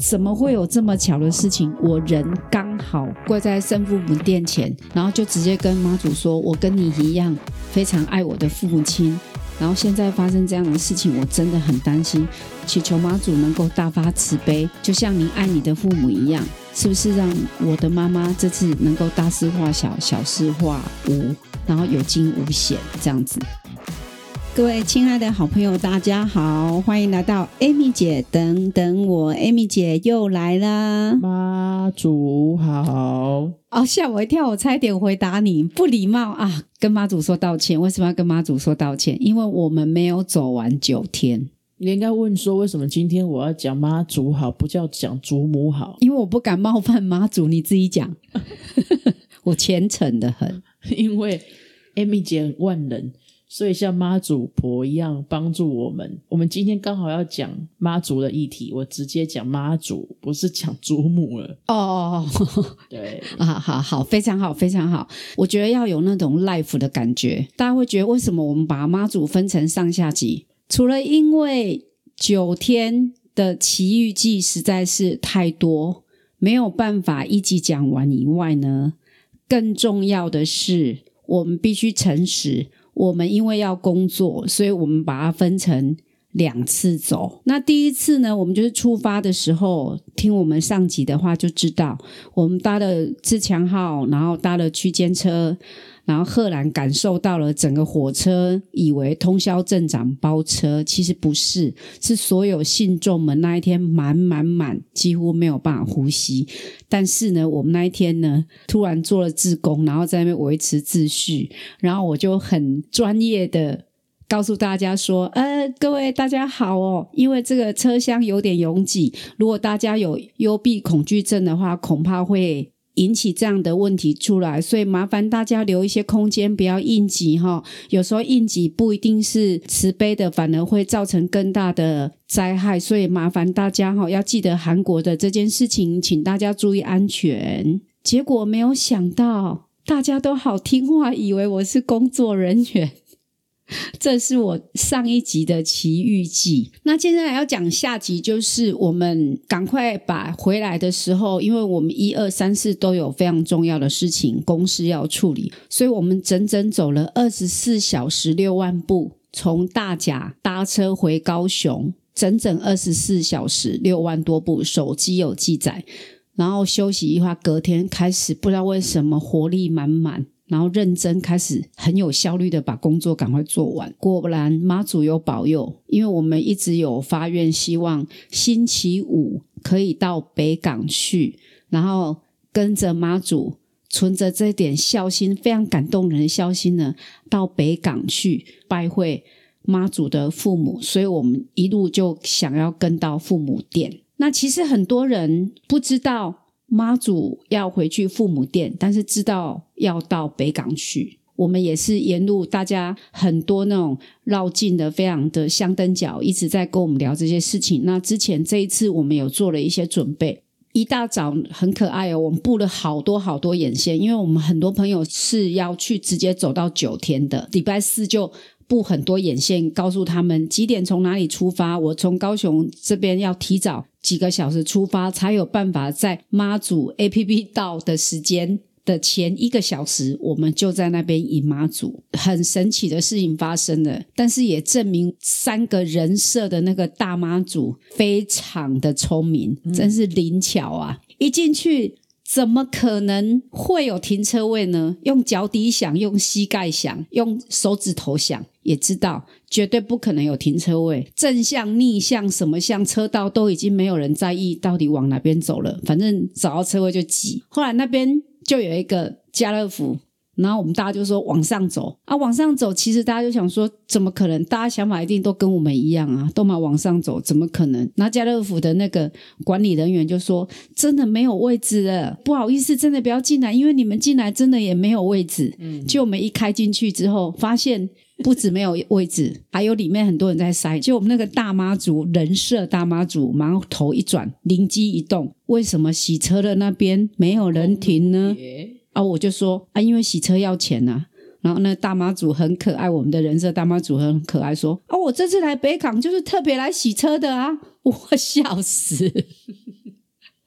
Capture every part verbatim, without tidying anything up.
怎么会有这么巧的事情？我人刚好跪在圣父母殿前，然后就直接跟妈祖说，我跟你一样非常爱我的父母亲，然后现在发生这样的事情，我真的很担心，祈求妈祖能够大发慈悲，就像您爱你的父母一样，是不是让我的妈妈这次能够大事化小，小事化无，然后有惊无险这样子。各位亲爱的好朋友大家好，欢迎来到 Amy 姐等等我， Amy 姐又来啦。 妈祖好。 哦，吓我一跳，我差一点回答你不礼貌啊！跟妈祖说道歉。为什么要跟妈祖说道歉？因为我们没有走完九天。 你应该问说，为什么今天我要讲妈祖好，不叫讲祖母好？ 因为我不敢冒犯妈祖，你自己讲。我虔诚的很。 因为 Amy 姐很万能，所以像妈祖婆一样帮助我们。我们今天刚好要讲妈祖的议题，我直接讲妈祖，不是讲祖母了。 哦， 对啊，好好，非常好，非常好。我觉得要有那种 life 的感觉。大家会觉得为什么我们把妈祖分成上下集？除了因为九天的奇遇记实在是太多，没有办法一集讲完以外呢，更重要的是我们必须诚实。我们因为要工作，所以我们把它分成两次走。那第一次呢，我们就是出发的时候，听我们上集的话就知道，我们搭了自强号，然后搭了区间车，然后赫然感受到了整个火车以为通宵镇长包车，其实不是，是所有信众们那一天满满满，几乎没有办法呼吸。但是呢，我们那一天呢，突然做了志工，然后在那边维持秩序，然后我就很专业的告诉大家说，呃，各位大家好哦，因为这个车厢有点拥挤，如果大家有幽闭恐惧症的话，恐怕会引起这样的问题出来，所以麻烦大家留一些空间，不要硬挤哈。有时候硬挤不一定是慈悲的，反而会造成更大的灾害，所以麻烦大家哈，要记得韩国的这件事情，请大家注意安全。结果没有想到，大家都好听话，以为我是工作人员。这是我上一集的奇遇记。那接下来要讲下集，就是我们赶快把回来的时候，因为我们一二三四都有非常重要的事情公事要处理，所以我们整整走了二十四小时六万步，从大甲搭车回高雄，整整二十四小时六万多步，手机有记载。然后休息一会儿，隔天开始不知道为什么活力满满，然后认真开始很有效率的把工作赶快做完。果然妈祖有保佑，因为我们一直有发愿希望星期五可以到北港去，然后跟着妈祖存着这点孝心，非常感动人的孝心呢，到北港去拜会妈祖的父母，所以我们一路就想要跟到父母殿。那其实很多人不知道妈祖要回去父母殿，但是知道要到北港去。我们也是沿路大家很多那种绕境的非常的香灯脚一直在跟我们聊这些事情。那之前这一次我们有做了一些准备，一大早很可爱哦，我们布了好多好多眼线，因为我们很多朋友是要去直接走到九天的，礼拜四就布很多眼线，告诉他们几点从哪里出发，我从高雄这边要提早几个小时出发，才有办法在妈祖 A P P 到的时间的前一个小时，我们就在那边迎妈祖。很神奇的事情发生了，但是也证明三个人设的那个大妈祖非常的聪明，真是灵巧啊！一进去怎么可能会有停车位呢？用脚底想，用膝盖想，用手指头想，也知道绝对不可能有停车位。正向逆向什么向车道都已经没有人在意到底往哪边走了，反正找到车位就挤。后来那边就有一个家乐福，然后我们大家就说往上走啊，往上走，其实大家就想说怎么可能，大家想法一定都跟我们一样啊，都嘛往上走，怎么可能？然后家乐福的那个管理人员就说真的没有位置了，不好意思，真的不要进来，因为你们进来真的也没有位置。嗯，就我们一开进去之后发现不止没有位置，还有里面很多人在塞。就我们那个大妈族人设大妈族马上头一转，灵机一动，为什么洗车的那边没有人停呢？啊，我就说啊，因为洗车要钱啊。然后那大妈祖很可爱，我们的人设大妈祖很可爱说啊，我这次来北港就是特别来洗车的啊。我笑死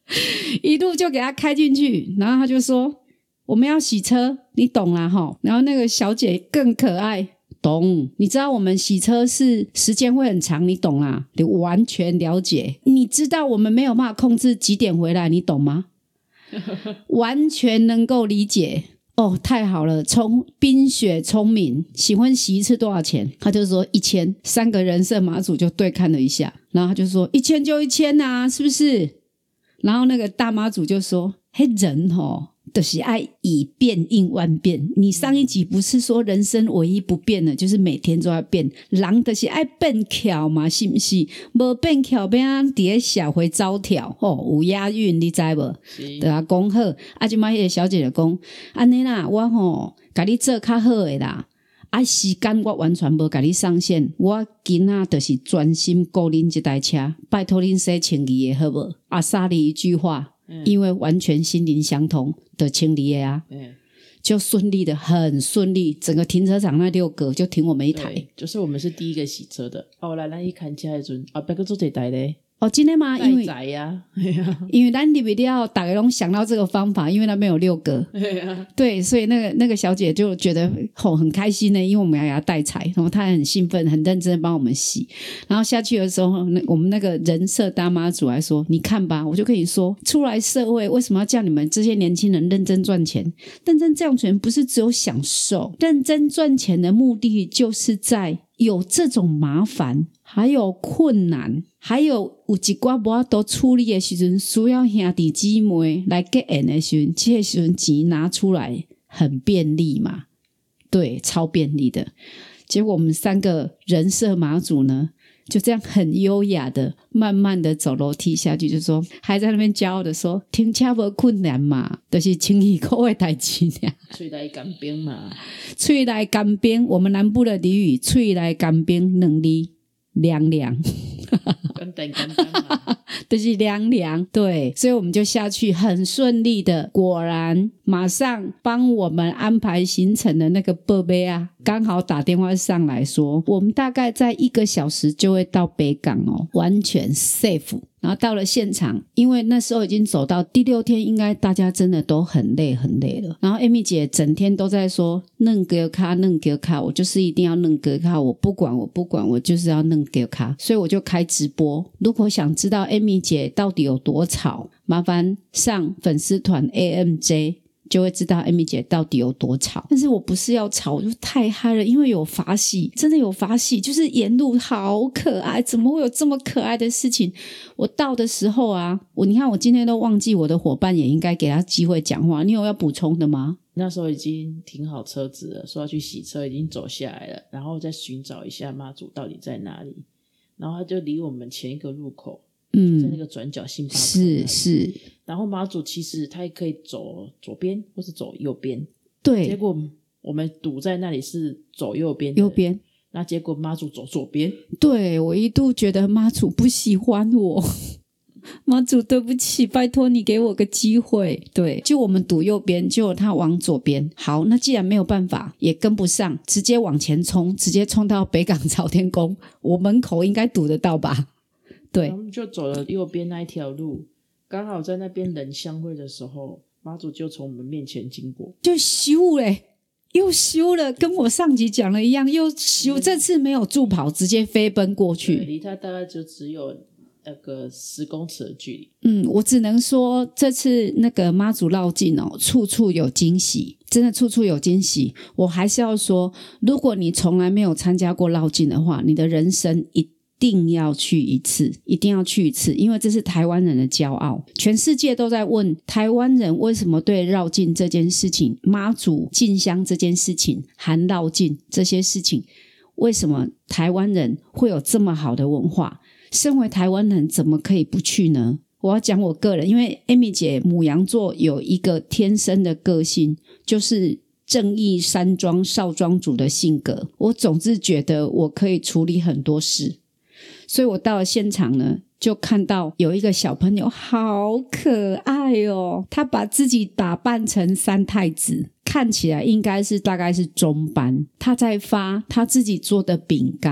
一路就给他开进去，然后他就说我们要洗车，你懂啦齁。然后那个小姐更可爱，懂，你知道我们洗车是时间会很长，你懂啦，你完全了解。你知道我们没有办法控制几点回来，你懂吗？完全能够理解。哦，太好了，聪冰雪聪明，请问洗一次多少钱？他就说一千，三个人设马祖就对看了一下，然后他就说一千就一千啊，是不是？然后那个大妈祖就说嘿，人哦就是爱以变应万变，你上一集不是说人生唯一不变的就是每天都要变，人就是爱变巧嘛，是不是？没变巧变啊在那社会走跳哦，有押韵你知无？对啊，讲好啊，现在那个小姐就讲安尼啦，我吼给你做较好的啦，啊时间我完全没给你上线，我今仔就是专心顾恁这台车，拜托恁洗清理的好不好？啊杀你一句话，嗯，因为完全心灵相通的清理的啊，嗯，就顺利的很顺利，整个停车场那六个就停我们一台， 就是我们是第一个洗车的。后来咱一看车的时候，后边还做一台嘞。 哦，真的吗？因为载呀， 因为咱入去了，大家都想到这个方法，因为那边有六个，对，所以那个那个小姐就觉得吼、哦、很开心呢，因为我们要给她带彩，然后她很兴奋，很认真的帮我们洗。然后下去的时候，那我们那个人设大妈主还说：“你看吧，我就跟你说，出来社会为什么要叫你们这些年轻人认真赚钱？认真赚钱不是只有享受，认真赚钱的目的就是在有这种麻烦。”还有困难，还有有一寡无法度处理的时阵，需要兄弟姊妹来结缘的时阵，这个时阵钱拿出来很便利嘛，对，超便利的。结果我们三个人设马祖呢，就这样很优雅的慢慢的走楼梯下去，就说还在那边骄傲的说停车不困难嘛，就是千二块的事情喙来干冰嘛， 喙来干冰，我们南部的俚语喙来干冰两字凉凉简单简单嘛， 就是凉凉，对，所以我们就下去很顺利的，果然马上帮我们安排行程的那个伯伯啊，刚好打电话上来说我们大概在一个小时就会到北港哦，完全 safe。然后到了现场，因为那时候已经走到第六天，应该大家真的都很累很累了。然后 Amy 姐整天都在说嫩给卡嫩给卡，我就是一定要嫩给卡，我不管我不管，我就是要嫩给卡。所以我就开直播，如果想知道 Amy 姐到底有多吵，麻烦上粉丝团 A M J就会知道 Amy 姐到底有多吵。但是我不是要吵，我就太嗨了，因为有法喜，真的有法喜，就是沿路好可爱，怎么会有这么可爱的事情。我到的时候啊，我你看我今天都忘记我的伙伴也应该给他机会讲话，你有要补充的吗？ 那时候已经停好车子了，说要去洗车，已经走下来了，然后再寻找一下妈祖到底在哪里，然后他就离我们前一个路口，嗯，在那个转角星巴克， 是是， 然后妈祖其实他也可以走左边或是走右边， 对， 结果我们堵在那里是走右边的， 右边， 那结果妈祖走左边， 对，我一度觉得妈祖不喜欢我，妈祖对不起，拜托你给我个机会。对，就我们堵右边，结果他往左边。好，那既然没有办法，也跟不上，直接往前冲，直接冲到北港朝天宫，我门口应该堵得到吧？对， 我们就走了右边那一条路，刚好在那边人相会的时候，妈祖就从我们面前经过， 就修嘞，又修了，跟我上集讲的一样，又修，这次没有助跑，直接飞奔过去， 离他大概就只有那个十公尺的距离。 嗯，我只能说这次那个妈祖绕境哦，处处有惊喜，真的处处有惊喜。我还是要说，如果你从来没有参加过绕境的话，你的人生一定要去一次，一定要去一次，因为这是台湾人的骄傲。全世界都在问台湾人为什么对绕境这件事情、妈祖进香这件事情、含绕境这些事情，为什么台湾人会有这么好的文化？身为台湾人怎么可以不去呢？我要讲我个人，因为 Amy 姐牡羊座有一个天生的个性，就是正义山庄少庄主的性格，我总是觉得我可以处理很多事，所以我到了现场呢，就看到有一个小朋友好可爱哦，他把自己打扮成三太子，看起来应该是大概是中班，他在发他自己做的饼干，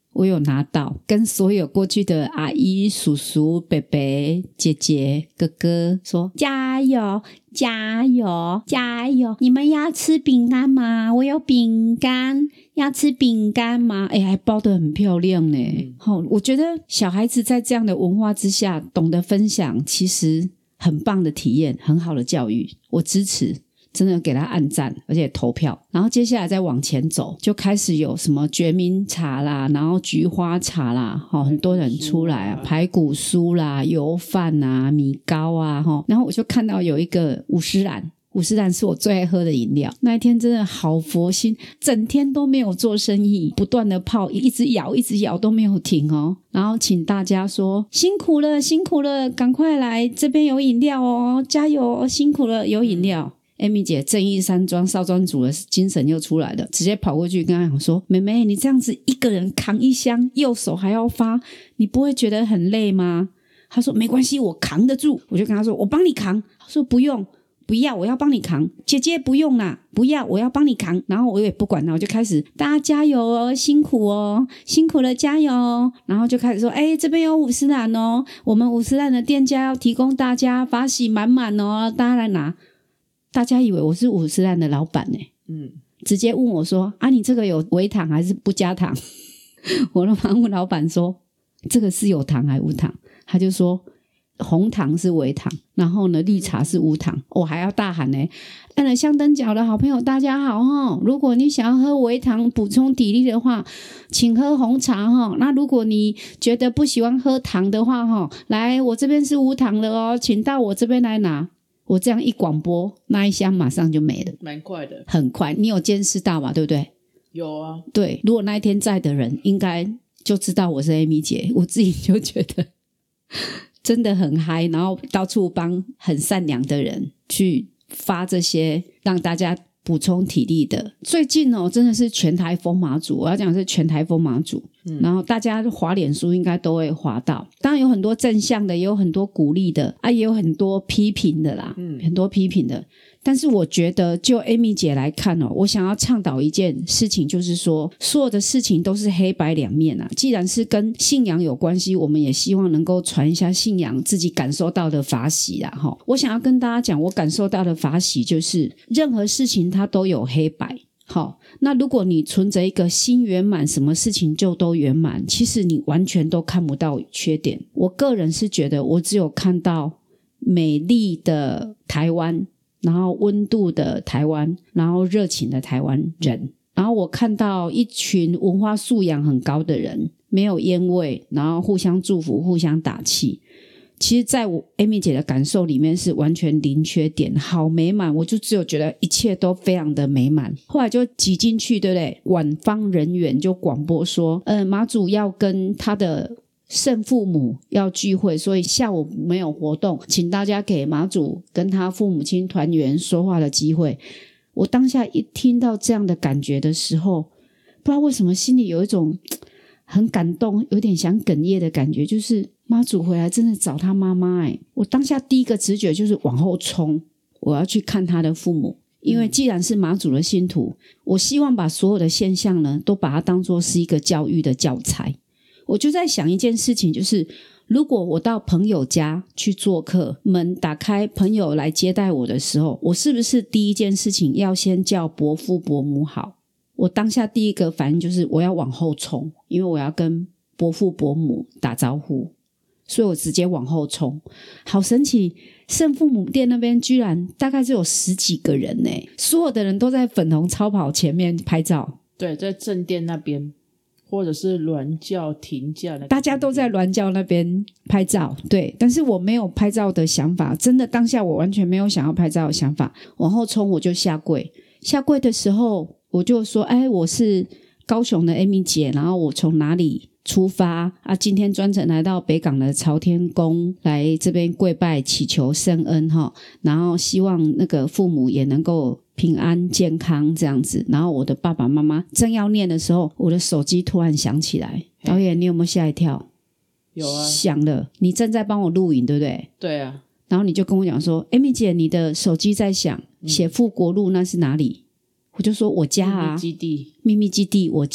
我有拿到，跟所有过去的阿姨、叔叔、伯伯、姐姐、哥哥说加油加油加油，你们要吃饼干吗？我有饼干，要吃饼干吗？哎，还包得很漂亮呢、嗯哦、我觉得小孩子在这样的文化之下懂得分享，其实很棒的体验，很好的教育，我支持，真的给他按赞，而且投票。然后接下来再往前走，就开始有什么决明茶啦，然后菊花茶啦、哦、很多人出来啊，排骨酥啦，油饭啊，米糕啊、哦、然后我就看到有一个五十兰，五十兰是我最爱喝的饮料，那一天真的好佛心，整天都没有做生意，不断的泡，一直摇一直摇都没有停哦。然后请大家说辛苦了辛苦了，赶快来这边有饮料哦，加油哦，辛苦了，有饮料。Amy 姐正义山庄少庄主的精神又出来了，直接跑过去跟她讲说，妹妹你这样子一个人扛一箱，右手还要发，你不会觉得很累吗？她说没关系，我扛得住。我就跟她说我帮你扛。她说不用不要，我要帮你扛。姐姐不用啦，不要，我要帮你扛。然后我也不管她，我就开始大家加油哦，辛苦哦，辛苦了，加油哦。然后就开始说，哎，这边有五十兰哦，我们五十兰的店家要提供大家法喜满满哦，大家来拿。大家以为我是五十兰的老板呢、欸，嗯，直接问我说啊，你这个有微糖还是不加糖？我就马上问老板说，这个是有糖还是无糖？他就说红糖是微糖，然后呢绿茶是无糖。我还要大喊呢，按了香灯脚的好朋友大家好齁，如果你想要喝微糖补充体力的话，请喝红茶齁，那如果你觉得不喜欢喝糖的话齁，来我这边是无糖的哦，请到我这边来拿。我这样一广播，那一箱马上就没了， 蛮快的， 很快。你有监视到吧？对不对？ 有啊， 对。如果那一天在的人，应该就知道我是 Amy 姐。我自己就觉得真的很嗨，然后到处帮很善良的人去发这些让大家补充体力的。最近哦，真的是全台风马祖，我要讲的是全台风马祖、嗯、然后大家滑脸书应该都会滑到，当然有很多正向的，也有很多鼓励的啊，也有很多批评的啦、嗯、很多批评的。但是我觉得就 Amy 姐来看哦，我想要倡导一件事情，就是说所有的事情都是黑白两面啊。既然是跟信仰有关系，我们也希望能够传一下信仰自己感受到的法喜啦齁。我想要跟大家讲，我感受到的法喜就是任何事情它都有黑白。好，那如果你存着一个心圆满，什么事情就都圆满，其实你完全都看不到缺点。我个人是觉得我只有看到美丽的台湾，然后温度的台湾，然后热情的台湾人，然后我看到一群文化素养很高的人，没有烟味，然后互相祝福，互相打气。其实在我 Amy 姐的感受里面是完全零缺点，好美满，我就只有觉得一切都非常的美满。后来就挤进去，对不对？晚方人员就广播说呃，马祖要跟他的圣父母要聚会，所以下午没有活动，请大家给马祖跟他父母亲团圆说话的机会。我当下一听到这样的感觉的时候，不知道为什么心里有一种很感动，有点想哽咽的感觉，就是妈祖回来真的找他妈妈诶，我当下第一个直觉就是往后冲，我要去看他的父母。因为既然是妈祖的信徒，我希望把所有的现象呢都把它当作是一个教育的教材。我就在想一件事情，就是如果我到朋友家去做客，门打开，朋友来接待我的时候，我是不是第一件事情要先叫伯父伯母好？我当下第一个反应就是我要往后冲，因为我要跟伯父伯母打招呼，所以我直接往后冲。好神奇，圣父母殿那边居然大概只有十几个人耶，所有的人都在粉红超跑前面拍照。 对，在正殿那边，或者是銮轿停驾， 大家都在銮轿那边拍照。对，但是我没有拍照的想法，真的当下我完全没有想要拍照的想法。往后冲，我就下跪。下跪的时候我就说，哎，我是高雄的 Amy 姐，然后我从哪里出发啊？今天专程来到北港的朝天宫来这边跪拜祈求圣恩哈，然后希望那个父母也能够平安健康这样子。然后我的爸爸妈妈正要念的时候，我的手机突然响起来。导演，你有没有吓一跳？ 有啊， 响了。你正在帮我录影对不对？ 对啊。 然后你就跟我讲说 Amy 姐你的手机在响，写富国路那是哪里？我就说我家啊， 秘密基地， 秘密基地我家。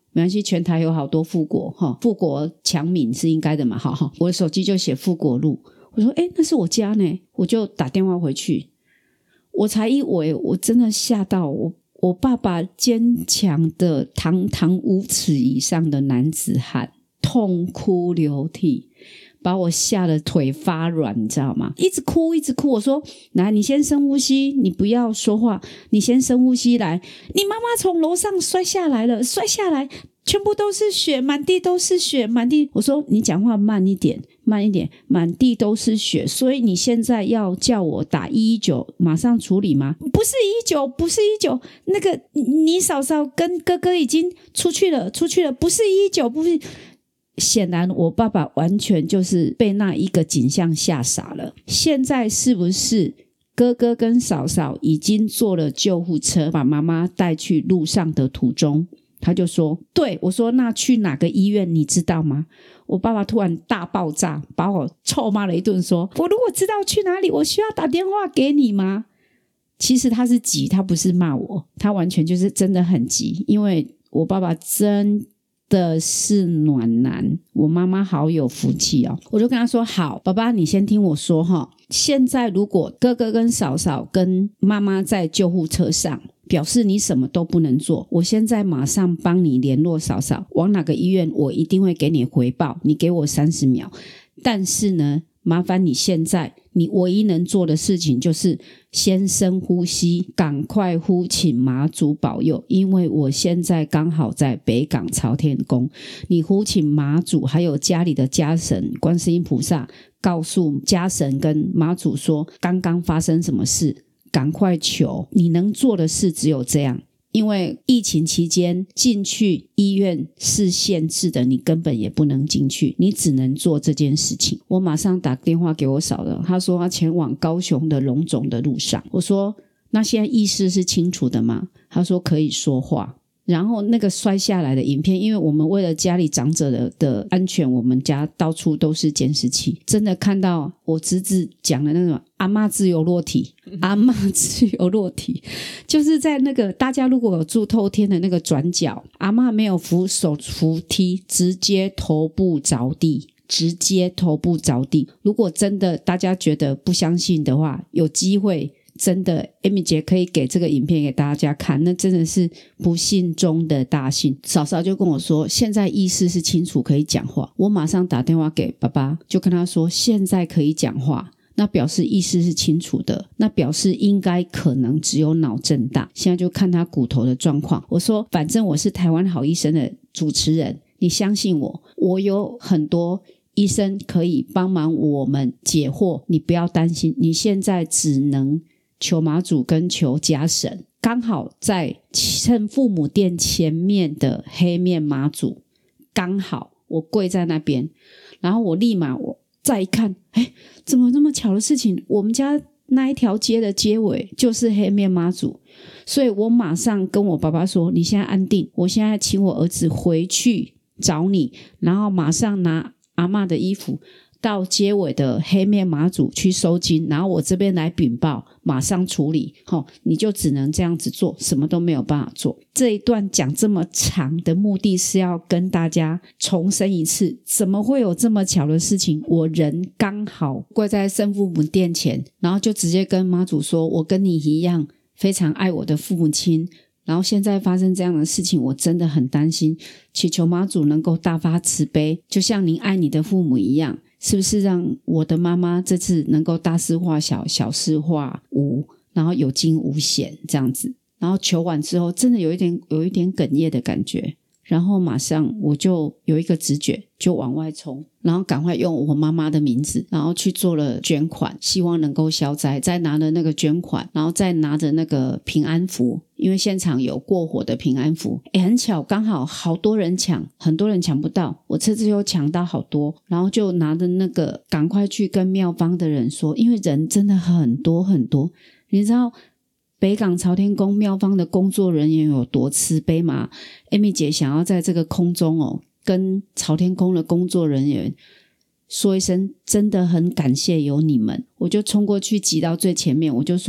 没关系，全台有好多富国哈，富国强敏是应该的嘛，哈哈，我的手机就写富国路，我说诶那是我家呢，我就打电话回去，我才一围，我真的吓到我，我爸爸坚强的堂堂五尺以上的男子汉痛哭流涕，把我吓得腿发软，你知道吗？一直哭一直哭，我说来你先深呼吸，你不要说话，你先深呼吸，来你妈妈从楼上摔下来了，摔下来全部都是血，满地都是血，满地，我说你讲话慢一点慢一点，满地都是血，所以你现在要叫我打一一九马上处理吗？不是一九不是一九，那个你嫂嫂跟哥哥已经出去了出去了，不是一九不是。显然我爸爸完全就是被那一个景象吓傻了。现在是不是哥哥跟嫂嫂已经坐了救护车把妈妈带去路上的途中？他就说对，我说那去哪个医院你知道吗？我爸爸突然大爆炸，把我臭骂了一顿，说我如果知道去哪里我需要打电话给你吗？其实他是急，他不是骂我，他完全就是真的很急，因为我爸爸真的是暖男，我妈妈好有福气哦。我就跟他说好，爸爸你先听我说哈，现在如果哥哥跟嫂嫂跟妈妈在救护车上，表示你什么都不能做，我现在马上帮你联络嫂嫂，往哪个医院我一定会给你回报，你给我三十秒。但是呢麻烦你现在你唯一能做的事情就是先深呼吸，赶快呼请妈祖保佑，因为我现在刚好在北港朝天宫，你呼请妈祖还有家里的家神观世音菩萨，告诉家神跟妈祖说刚刚发生什么事，赶快求，你能做的事只有这样。因为疫情期间进去医院是限制的，你根本也不能进去，你只能做这件事情。我马上打电话给我嫂了，她说她前往高雄的荣总的路上。我说那现在意识是清楚的吗？她说可以说话。然后那个摔下来的影片，因为我们为了家里长者 的, 的安全，我们家到处都是监视器，真的看到我侄子讲的那种阿嬷自由落体，阿嬷自由落体，就是在那个大家如果有住透天的那个转角，阿嬷没有扶手扶梯，直接头部着地，直接头部着地。如果真的大家觉得不相信的话，有机会真的 Amy 姐可以给这个影片给大家看，那真的是不幸中的大幸。嫂嫂就跟我说现在意识是清楚可以讲话，我马上打电话给爸爸，就跟他说现在可以讲话，那表示意识是清楚的，那表示应该可能只有脑震荡，现在就看他骨头的状况。我说反正我是台湾好医生的主持人，你相信我，我有很多医生可以帮忙我们解惑，你不要担心，你现在只能求妈祖跟求家神。刚好在趁父母殿前面的黑面妈祖，刚好我跪在那边，然后我立马我再一看，诶怎么这么巧的事情，我们家那一条街的街尾就是黑面妈祖。所以我马上跟我爸爸说你现在安定，我现在请我儿子回去找你，然后马上拿阿嬷的衣服到街尾的黑面妈祖去收金，然后我这边来禀报，马上处理、哦、你就只能这样子做，什么都没有办法做。这一段讲这么长的目的是要跟大家重申一次，怎么会有这么巧的事情，我人刚好跪在圣父母殿前，然后就直接跟妈祖说我跟你一样非常爱我的父母亲，然后现在发生这样的事情，我真的很担心，祈求妈祖能够大发慈悲，就像您爱你的父母一样，是不是让我的妈妈这次能够大事化小，小事化无，然后有惊无险这样子。然后求完之后真的有一点有一点哽咽的感觉，然后马上我就有一个直觉就往外冲，然后赶快用我妈妈的名字，然后去做了捐款，希望能够消灾，再拿了那个捐款，然后再拿着那个平安符，因为现场有过火的平安符，诶很巧刚好好多人抢，很多人抢不到，我这次又抢到好多，然后就拿着那个赶快去跟庙方的人说，因为人真的很多很多，你知道北港朝天宫庙方的工作人员有多慈悲吗？ Amy 姐想要在这个空中哦，跟朝天宫的工作人员说一声真的很感谢有你们，我就冲过去挤到最前面，我就说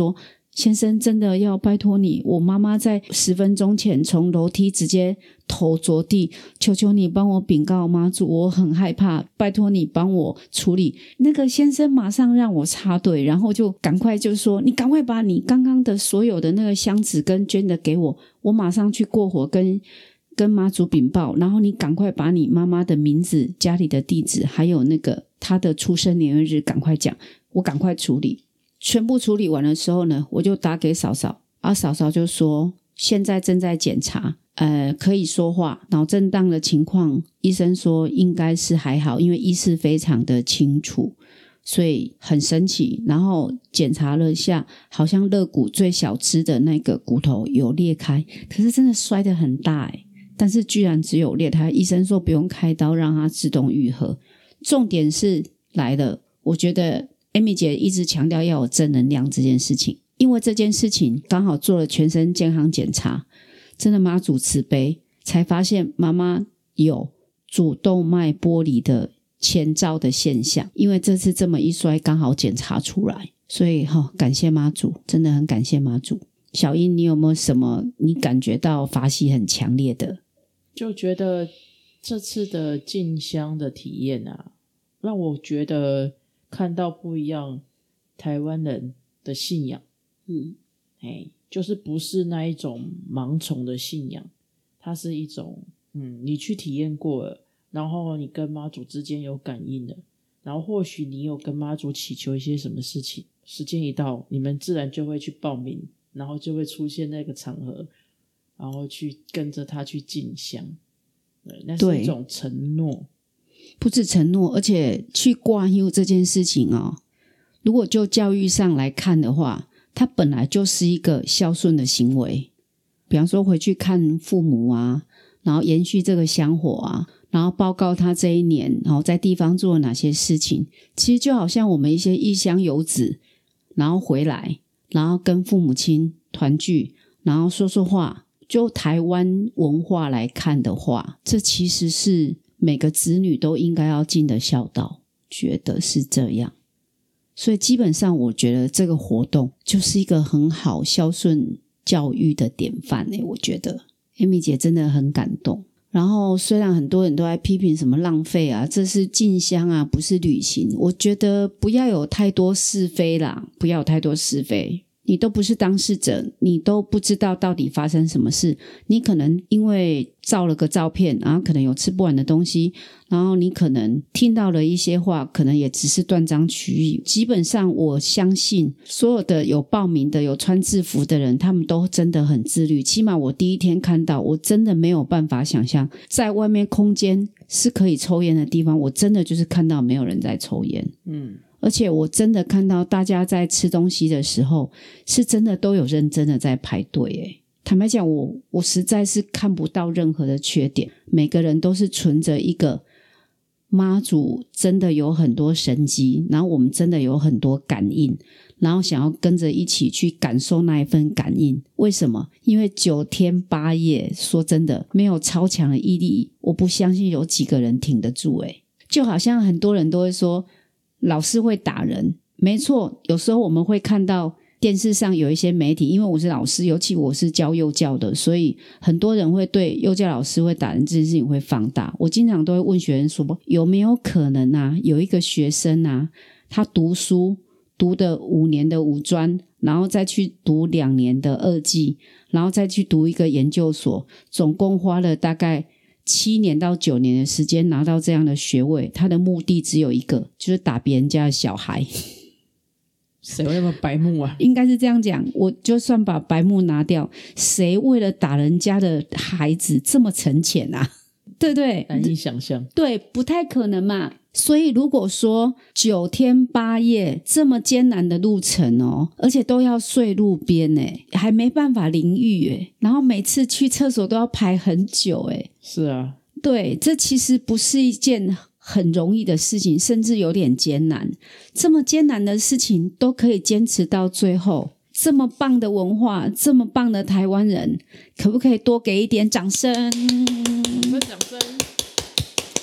先生真的要拜托你，我妈妈在十分钟前从楼梯直接头着地，求求你帮我禀告妈祖，我很害怕，拜托你帮我处理。那个先生马上让我插队，然后就赶快就说，你赶快把你刚刚的所有的那个箱子跟捐的给我，我马上去过火跟跟妈祖禀报，然后你赶快把你妈妈的名字、家里的地址还有那个她的出生年月日赶快讲，我赶快处理。全部处理完的时候呢，我就打给嫂嫂，啊，嫂嫂就说现在正在检查，呃，可以说话，脑震荡的情况，医生说应该是还好，因为医师非常的清楚，所以很神奇。然后检查了一下，好像肋骨最小只的那个骨头有裂开，可是真的摔得很大诶，但是居然只有裂开，医生说不用开刀，让它自动愈合。重点是来了，我觉得Amy 姐一直强调要有正能量这件事情，因为这件事情刚好做了全身健康检查，真的妈祖慈悲，才发现妈妈有主动脉剥离的前兆的现象，因为这次这么一摔刚好检查出来，所以、哦、感谢妈祖，真的很感谢妈祖。小英，你有没有什么你感觉到法喜很强烈的？ 就觉得这次的进香的体验啊，让我觉得看到不一样台湾人的信仰，嗯，哎，就是不是那一种盲从的信仰，它是一种，嗯，你去体验过了，然后你跟妈祖之间有感应了，然后或许你有跟妈祖祈求一些什么事情，时间一到，你们自然就会去报名，然后就会出现那个场合，然后去跟着他去进香，对，那是一种承诺。 不止承诺，而且去挂 U 这件事情哦，如果就教育上来看的话，它本来就是一个孝顺的行为。比方说回去看父母啊，然后延续这个香火啊，然后报告他这一年然后在地方做了哪些事情，其实就好像我们一些异乡游子，然后回来，然后跟父母亲团聚，然后说说话。就台湾文化来看的话，这其实是每个子女都应该要尽的孝道，觉得是这样。所以基本上我觉得这个活动就是一个很好孝顺教育的典范、欸、我觉得 Amy 姐真的很感动。然后虽然很多人都在批评什么浪费啊，这是进香啊，不是旅行，我觉得不要有太多是非啦，不要有太多是非。你都不是当事者，你都不知道到底发生什么事，你可能因为照了个照片，然后可能有吃不完的东西，然后你可能听到了一些话，可能也只是断章取义。基本上我相信所有的有报名的有穿制服的人，他们都真的很自律，起码我第一天看到，我真的没有办法想象在外面空间是可以抽烟的地方，我真的就是看到没有人在抽烟。嗯，而且我真的看到大家在吃东西的时候是真的都有认真的在排队耶。坦白讲，我我实在是看不到任何的缺点，每个人都是存着一个妈祖真的有很多神迹，然后我们真的有很多感应，然后想要跟着一起去感受那一份感应。为什么？因为九天八夜，说真的没有超强的毅力，我不相信有几个人挺得住耶。就好像很多人都会说老师会打人，没错，有时候我们会看到电视上有一些媒体，因为我是老师，尤其我是教幼教的，所以很多人会对幼教老师会打人这件事情会放大。我经常都会问学生说，有没有可能啊，有一个学生啊，他读书读的五年的五专，然后再去读两年的二技，然后再去读一个研究所，总共花了大概七年到九年的时间拿到这样的学位，他的目的只有一个，就是打别人家的小孩。 谁会那么白目啊？ 应该是这样讲，我就算把白目拿掉，谁为了打人家的孩子这么沉潜啊？对不对？ 难以想象。 对，不太可能嘛。所以如果说九天八夜这么艰难的路程哦，而且都要睡路边诶，还没办法淋浴诶，然后每次去厕所都要排很久诶。 是啊， 对，这其实不是一件很容易的事情，甚至有点艰难。这么艰难的事情都可以坚持到最后，这么棒的文化，这么棒的台湾人，可不可以多给一点掌声？ 我们掌声，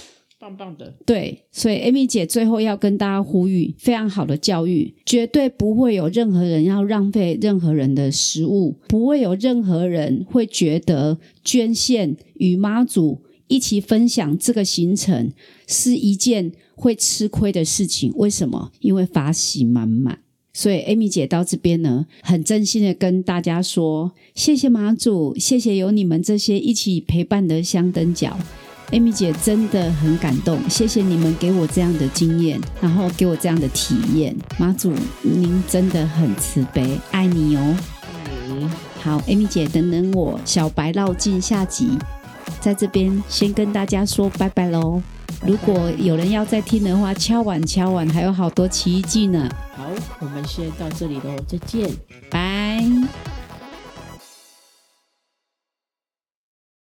棒棒的。 对，所以 Amy 姐最后要跟大家呼吁，非常好的教育，绝对不会有任何人要浪费任何人的食物，不会有任何人会觉得捐献与妈祖一起分享这个行程是一件会吃亏的事情。为什么？因为法喜满满。所以 Amy 姐到这边呢，很真心的跟大家说，谢谢妈祖，谢谢有你们这些一起陪伴的香灯脚。Amy 姐真的很感动，谢谢你们给我这样的经验，然后给我这样的体验。妈祖您真的很慈悲，爱你哦。 嗯， 好 Amy 姐等等我小白绕境下集，在这边先跟大家说拜拜咯。如果有人要再听的话，敲碗敲碗，还有好多奇遇记呢。 好，我们先到这里咯，再见， 拜。